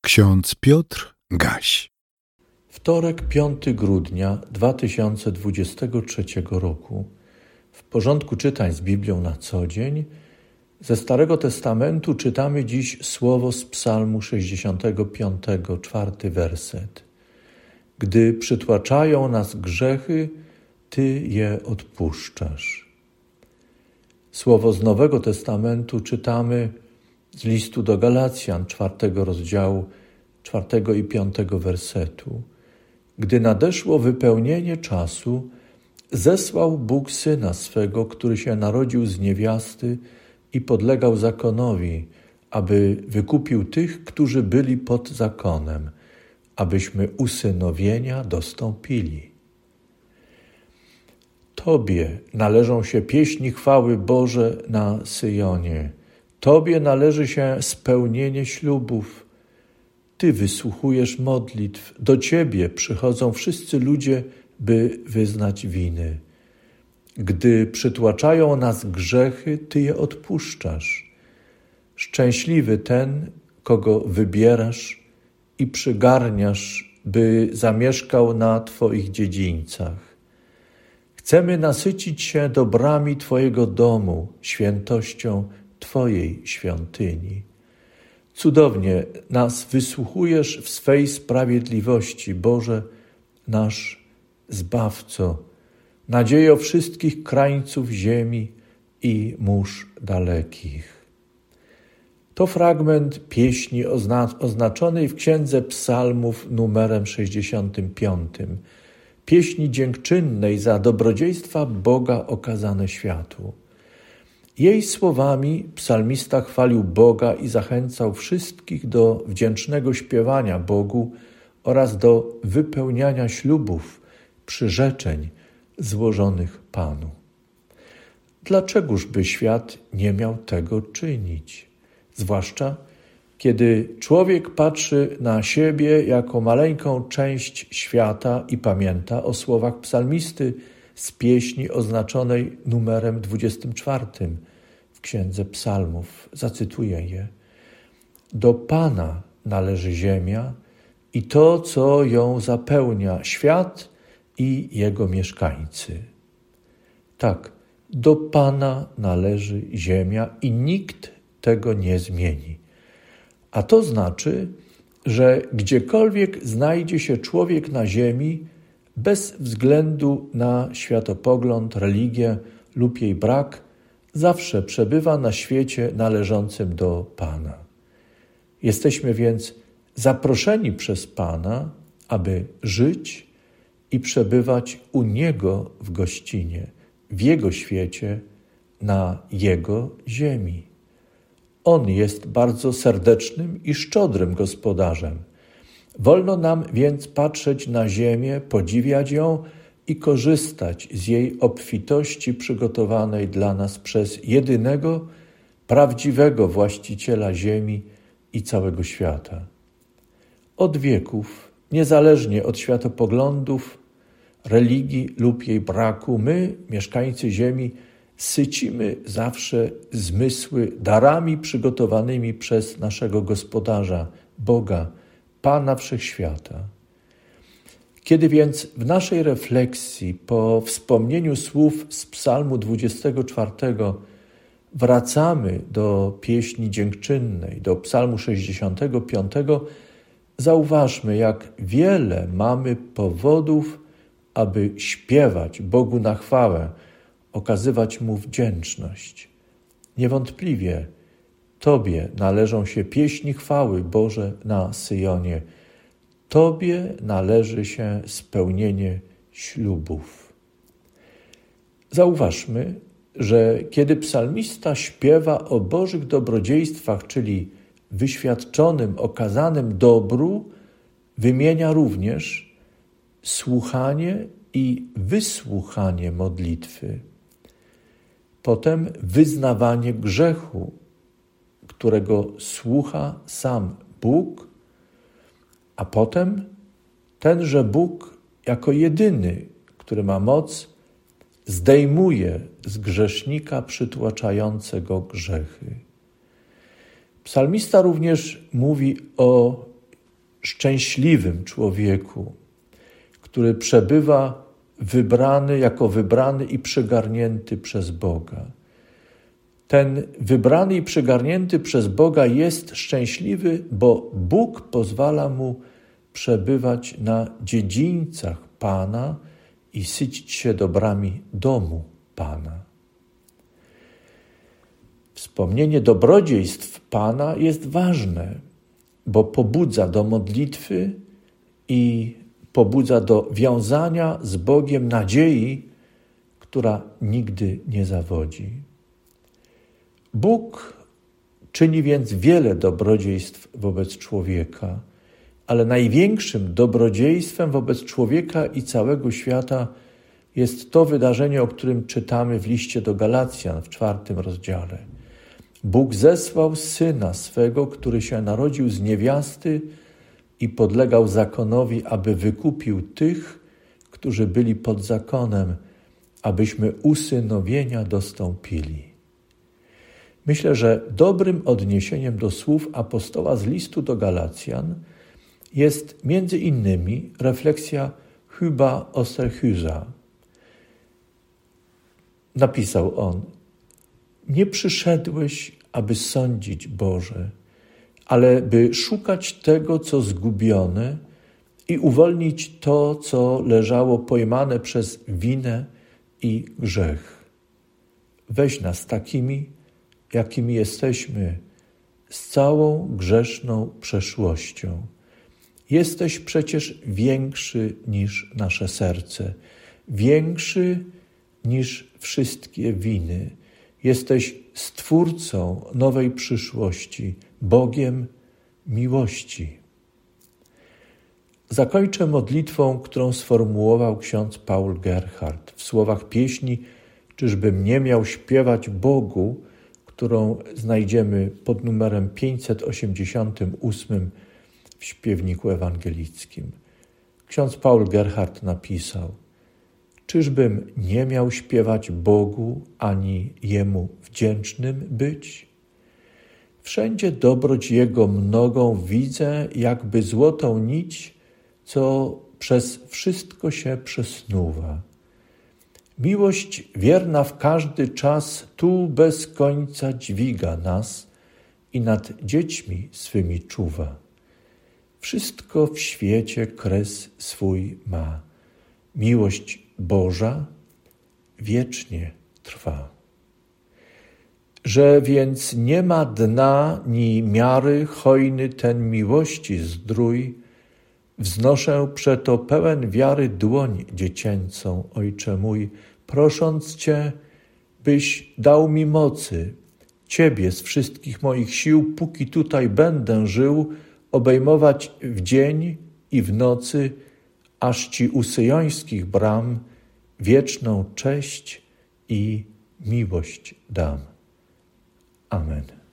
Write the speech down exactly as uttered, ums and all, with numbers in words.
Ksiądz Piotr Gaś. Wtorek, piątego grudnia dwa tysiące dwudziestego trzeciego roku. W porządku czytań z Biblią na co dzień ze Starego Testamentu czytamy dziś słowo z Psalmu sześćdziesiątego piątego, czwarty werset. Gdy przytłaczają nas grzechy, Ty je odpuszczasz. Słowo z Nowego Testamentu czytamy z listu do Galacjan, czwartego rozdziału, czwartego i piątego wersetu. Gdy nadeszło wypełnienie czasu, zesłał Bóg Syna swego, który się narodził z niewiasty i podlegał zakonowi, aby wykupił tych, którzy byli pod zakonem, abyśmy usynowienia dostąpili. Tobie należą się pieśni chwały Boże na Syjonie. Tobie należy się spełnienie ślubów. Ty wysłuchujesz modlitw. Do Ciebie przychodzą wszyscy ludzie, by wyznać winy. Gdy przytłaczają nas grzechy, Ty je odpuszczasz. Szczęśliwy ten, kogo wybierasz i przygarniasz, by zamieszkał na Twoich dziedzińcach. Chcemy nasycić się dobrami Twojego domu, świętością Twojej świątyni. Cudownie nas wysłuchujesz w swej sprawiedliwości, Boże, nasz Zbawco, nadziejo wszystkich krańców ziemi i mórz dalekich. To fragment pieśni ozna- oznaczonej w Księdze Psalmów numerem sześćdziesiątym piątym, pieśni dziękczynnej za dobrodziejstwa Boga okazane światu. Jej słowami psalmista chwalił Boga i zachęcał wszystkich do wdzięcznego śpiewania Bogu oraz do wypełniania ślubów, przyrzeczeń złożonych Panu. Dlaczegoż by świat nie miał tego czynić? Zwłaszcza kiedy człowiek patrzy na siebie jako maleńką część świata i pamięta o słowach psalmisty z pieśni oznaczonej numerem dwudziestym czwartym w Księdze Psalmów. Zacytuję je. Do Pana należy ziemia i to, co ją zapełnia, świat i jego mieszkańcy. Tak, do Pana należy ziemia i nikt tego nie zmieni. A to znaczy, że gdziekolwiek znajdzie się człowiek na ziemi, bez względu na światopogląd, religię lub jej brak, zawsze przebywa na świecie należącym do Pana. Jesteśmy więc zaproszeni przez Pana, aby żyć i przebywać u Niego w gościnie, w Jego świecie, na Jego ziemi. On jest bardzo serdecznym i szczodrym gospodarzem. Wolno nam więc patrzeć na ziemię, podziwiać ją i korzystać z jej obfitości przygotowanej dla nas przez jedynego, prawdziwego właściciela ziemi i całego świata. Od wieków, niezależnie od światopoglądów, religii lub jej braku, my, mieszkańcy ziemi, sycimy zawsze zmysły darami przygotowanymi przez naszego gospodarza, Boga, Pana Wszechświata. Kiedy więc w naszej refleksji po wspomnieniu słów z Psalmu dwudziestego czwartego wracamy do pieśni dziękczynnej, do Psalmu sześćdziesiątego piątego, zauważmy, jak wiele mamy powodów, aby śpiewać Bogu na chwałę, okazywać Mu wdzięczność. Niewątpliwie Tobie należą się pieśni chwały Boże na Syjonie. Tobie należy się spełnienie ślubów. Zauważmy, że kiedy psalmista śpiewa o Bożych dobrodziejstwach, czyli wyświadczonym, okazanym dobru, wymienia również słuchanie i wysłuchanie modlitwy. Potem wyznawanie grzechu, którego słucha sam Bóg, a potem tenże Bóg jako jedyny, który ma moc, zdejmuje z grzesznika przytłaczającego grzechy. Psalmista również mówi o szczęśliwym człowieku, który przebywa wybrany, jako wybrany i przygarnięty przez Boga. Ten wybrany i przygarnięty przez Boga jest szczęśliwy, bo Bóg pozwala mu przebywać na dziedzińcach Pana i sycić się dobrami domu Pana. Wspomnienie dobrodziejstw Pana jest ważne, bo pobudza do modlitwy i pobudza do wiązania z Bogiem nadziei, która nigdy nie zawodzi. Bóg czyni więc wiele dobrodziejstw wobec człowieka, ale największym dobrodziejstwem wobec człowieka i całego świata jest to wydarzenie, o którym czytamy w liście do Galacjan w czwartym rozdziale. Bóg zesłał Syna swego, który się narodził z niewiasty i podlegał zakonowi, aby wykupił tych, którzy byli pod zakonem, abyśmy usynowienia dostąpili. Myślę, że dobrym odniesieniem do słów apostoła z listu do Galacjan jest między innymi refleksja Huba Osterhusa. Napisał on: nie przyszedłeś, aby sądzić, Boże, ale by szukać tego, co zgubione i uwolnić to, co leżało pojmane przez winę i grzech. Weź nas takimi, jakimi jesteśmy, z całą grzeszną przeszłością. Jesteś przecież większy niż nasze serce, większy niż wszystkie winy. Jesteś Stwórcą nowej przyszłości, Bogiem miłości. Zakończę modlitwą, którą sformułował ksiądz Paul Gerhardt w słowach pieśni „Czyżbym nie miał śpiewać Bogu”, którą znajdziemy pod numerem pięćset osiemdziesiątym ósmym w śpiewniku ewangelickim. Ksiądz Paul Gerhardt napisał: czyżbym nie miał śpiewać Bogu, ani Jemu wdzięcznym być? Wszędzie dobroć Jego mnogą widzę, jakby złotą nić, co przez wszystko się przesnuwa. Miłość wierna w każdy czas tu bez końca dźwiga nas i nad dziećmi swymi czuwa. Wszystko w świecie kres swój ma. Miłość Boża wiecznie trwa. Że więc nie ma dna ni miary, hojny ten miłości zdrój, wznoszę przeto pełen wiary dłoń dziecięcą, Ojcze mój, prosząc Cię, byś dał mi mocy, Ciebie z wszystkich moich sił, póki tutaj będę żył, obejmować w dzień i w nocy, aż Ci u syjońskich bram wieczną cześć i miłość dam. Amen.